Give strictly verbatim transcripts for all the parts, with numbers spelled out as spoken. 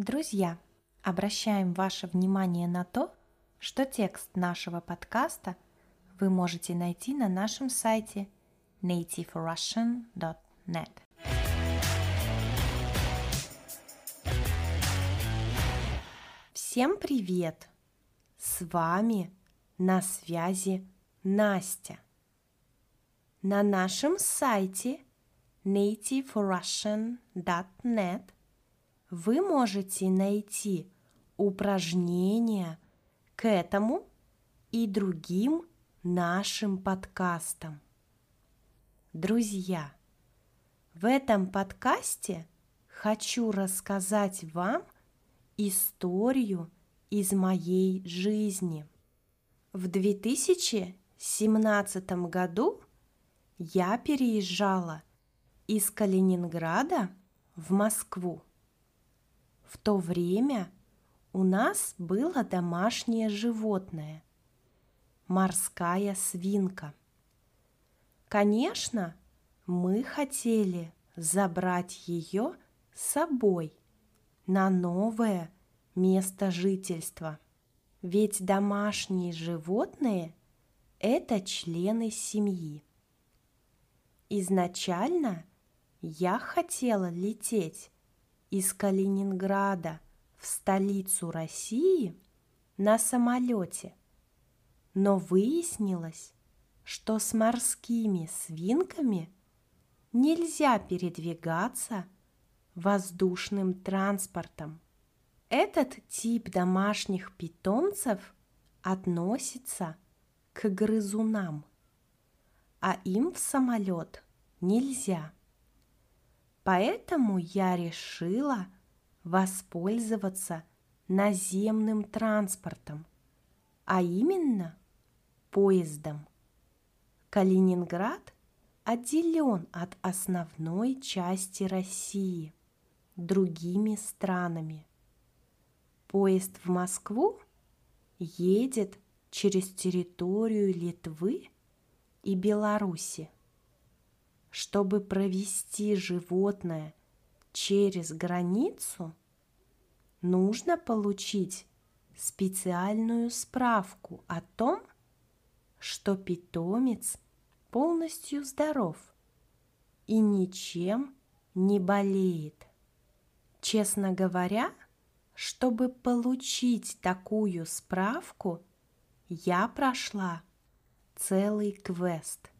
Друзья, обращаем ваше внимание на то, что текст нашего подкаста вы можете найти на нашем сайте нейтив рассиан точка нет. Всем привет! С вами на связи Настя. На нашем сайте нейтив рассиан точка нет вы можете найти упражнения к этому и другим нашим подкастам. Друзья, в этом подкасте хочу рассказать вам историю из моей жизни. В две тысячи семнадцатом году я переезжала из Калининграда в Москву. В то время у нас было домашнее животное – морская свинка. Конечно, мы хотели забрать ее с собой на новое место жительства, ведь домашние животные – это члены семьи. Изначально я хотела лететь из Калининграда в столицу России на самолете, но выяснилось, что с морскими свинками нельзя передвигаться воздушным транспортом. Этот тип домашних питомцев относится к грызунам, а им в самолет нельзя. Поэтому я решила воспользоваться наземным транспортом, а именно поездом. Калининград отделен от основной части России другими странами. Поезд в Москву едет через территорию Литвы и Беларуси. Чтобы провести животное через границу, нужно получить специальную справку о том, что питомец полностью здоров и ничем не болеет. Честно говоря, чтобы получить такую справку, я прошла целый квест.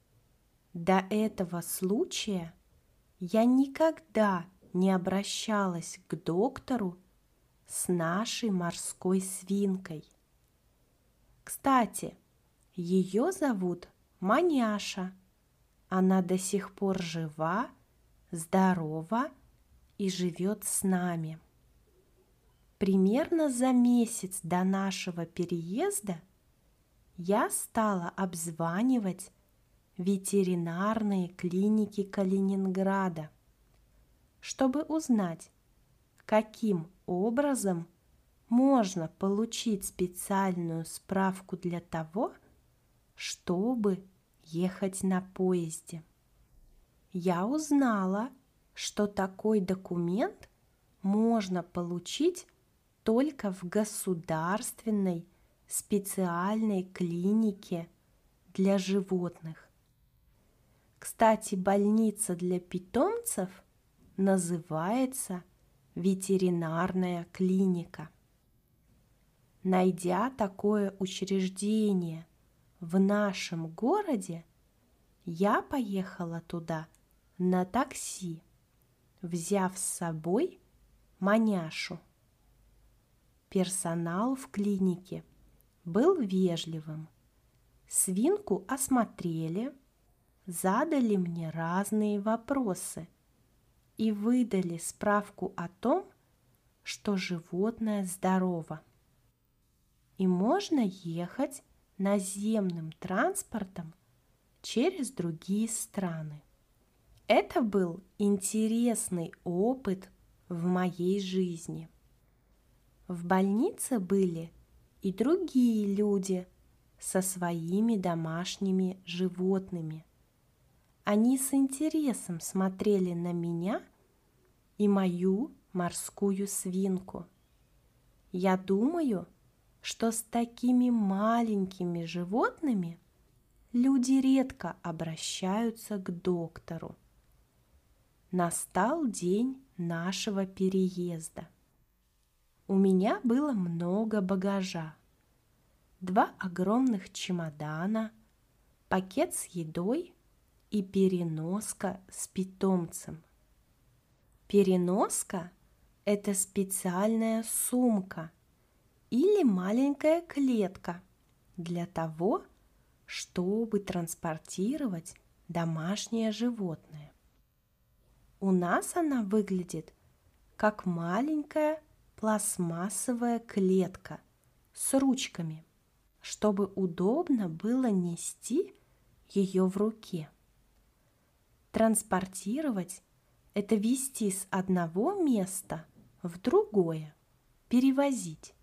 До этого случая я никогда не обращалась к доктору с нашей морской свинкой. Кстати, ее зовут Маняша. Она до сих пор жива, здорова и живет с нами. Примерно за месяц до нашего переезда я стала обзванивать ветеринарные клиники Калининграда, чтобы узнать, каким образом можно получить специальную справку для того, чтобы ехать на поезде. Я узнала, что такой документ можно получить только в государственной специальной клинике для животных. Кстати, больница для питомцев называется ветеринарная клиника. Найдя такое учреждение в нашем городе, я поехала туда на такси, взяв с собой Маняшу. Персонал в клинике был вежливым. Свинку осмотрели, задали мне разные вопросы и выдали справку о том, что животное здорово. И можно ехать наземным транспортом через другие страны. Это был интересный опыт в моей жизни. В больнице были и другие люди со своими домашними животными. Они с интересом смотрели на меня и мою морскую свинку. Я думаю, что с такими маленькими животными люди редко обращаются к доктору. Настал день нашего переезда. У меня было много багажа. Два огромных чемодана, пакет с едой и переноска с питомцем. Переноска – это специальная сумка или маленькая клетка для того, чтобы транспортировать домашнее животное. У нас она выглядит как маленькая пластмассовая клетка с ручками, чтобы удобно было нести ее в руке. Транспортировать – это везти с одного места в другое, перевозить.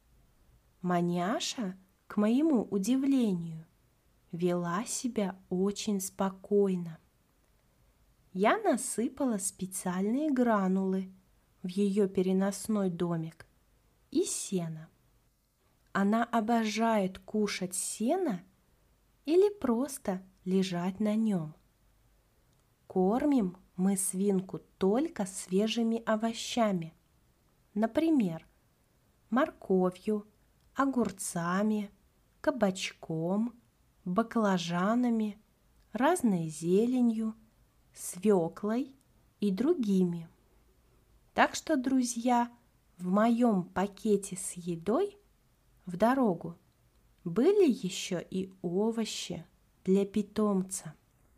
Маняша, к моему удивлению, вела себя очень спокойно. Я насыпала специальные гранулы в ее переносной домик и сено. Она обожает кушать сено или просто лежать на нем. Кормим мы свинку только свежими овощами, например, морковью, огурцами, кабачком, баклажанами, разной зеленью, свеклой и другими. Так что, друзья, в моем пакете с едой в дорогу были еще и овощи для питомца.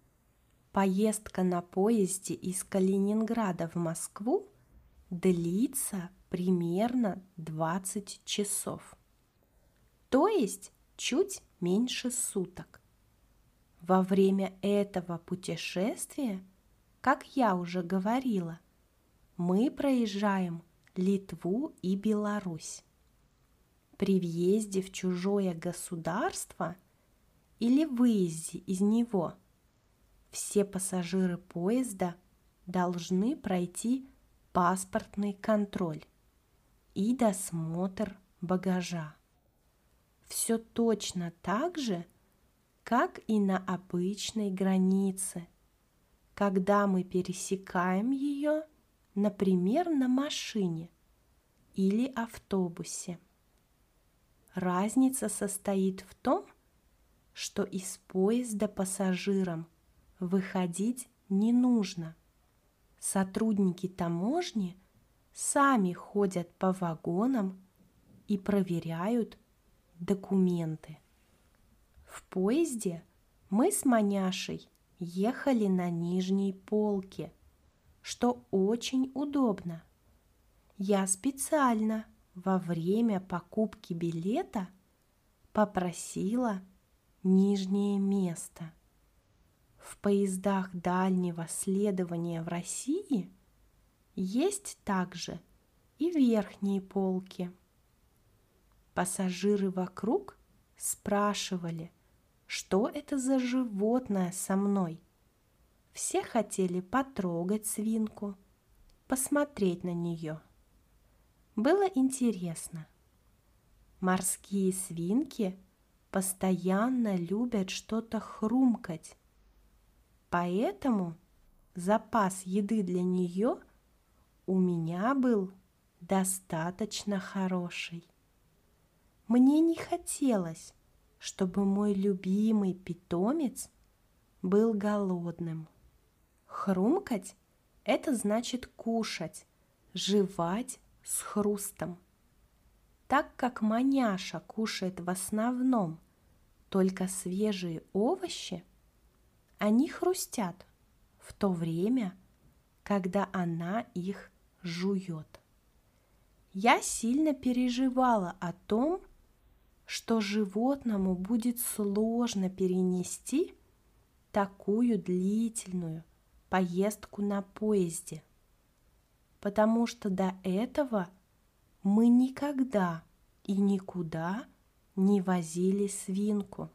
Поездка на поезде из Калининграда в Москву длится примерно двадцать часов, то есть чуть меньше суток. Во время этого путешествия, как я уже говорила, мы проезжаем Литву и Беларусь. При въезде в чужое государство или выезде из него все пассажиры поезда должны пройти паспортный контроль и досмотр багажа. Все точно так же, как и на обычной границе, когда мы пересекаем ее, например, на машине или автобусе. Разница состоит в том, что из поезда пассажирам выходить не нужно. Сотрудники таможни сами ходят по вагонам и проверяют документы. В поезде мы с Маняшей ехали на нижней полке, что очень удобно. Я специально во время покупки билета попросила нижнее место. В поездах дальнего следования в России есть также и верхние полки. Пассажиры вокруг спрашивали, что это за животное со мной. Все хотели потрогать свинку, посмотреть на нее. Было интересно. Морские свинки постоянно любят что-то хрумкать, поэтому запас еды для нее у меня был достаточно хороший. Мне не хотелось, чтобы мой любимый питомец был голодным. Хрумкать – это значит кушать, жевать с хрустом. Так как Маняша кушает в основном только свежие овощи, они хрустят в то время, когда она их жует. Я сильно переживала о том, что животному будет сложно перенести такую длительную поездку на поезде, потому что до этого мы никогда и никуда не возили свинку.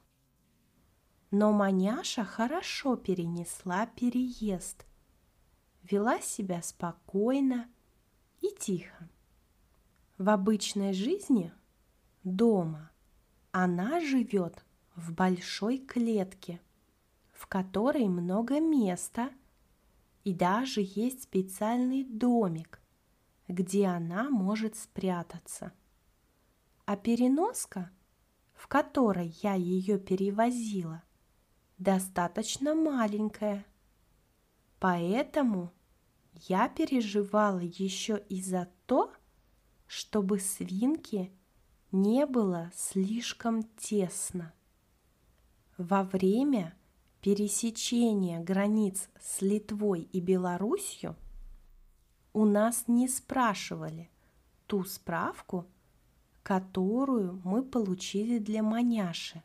Но Маняша хорошо перенесла переезд, вела себя спокойно и тихо. В обычной жизни дома она живет в большой клетке, в которой много места, и даже есть специальный домик, где она может спрятаться. А переноска, в которой я ее перевозила, достаточно маленькая. Поэтому я переживала еще и за то, чтобы свинке не было слишком тесно. Во время пересечения границ с Литвой и Беларусью у нас не спрашивали ту справку, которую мы получили для маняши.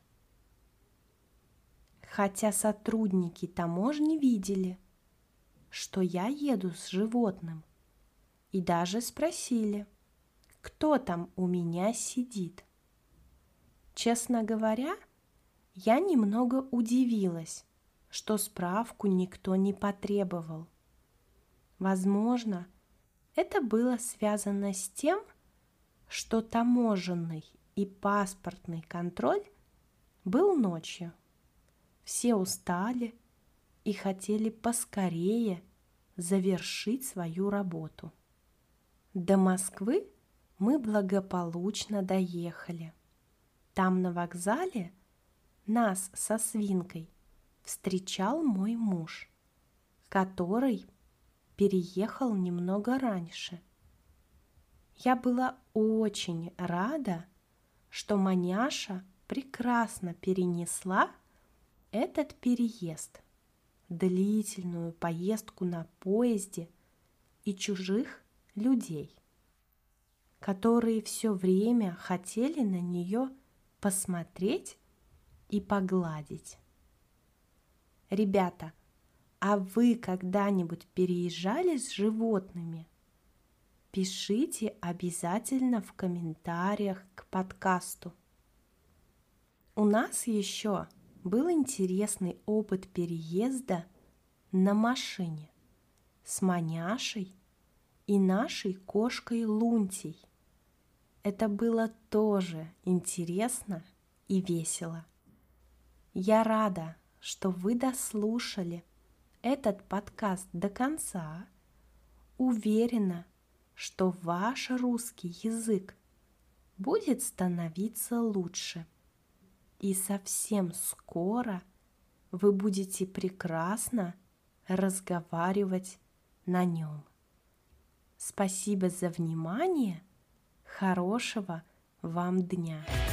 Хотя сотрудники таможни видели, что я еду с животным, и даже спросили, кто там у меня сидит. Честно говоря, я немного удивилась, что справку никто не потребовал. Возможно, это было связано с тем, что таможенный и паспортный контроль был ночью. Все устали и хотели поскорее завершить свою работу. До Москвы мы благополучно доехали. Там на вокзале нас со свинкой встречал мой муж, который переехал немного раньше. Я была очень рада, что маняша прекрасно перенесла этот переезд, длительную поездку на поезде и чужих людей, которые все время хотели на нее посмотреть и погладить. Ребята, а вы когда-нибудь переезжали с животными? Пишите обязательно в комментариях к подкасту. У нас еще был интересный опыт переезда на машине с маняшей и нашей кошкой Лунтей. Это было тоже интересно и весело. Я рада, что вы дослушали этот подкаст до конца. Уверена, что ваш русский язык будет становиться лучше. И совсем скоро вы будете прекрасно разговаривать на нем. Спасибо за внимание. Хорошего вам дня!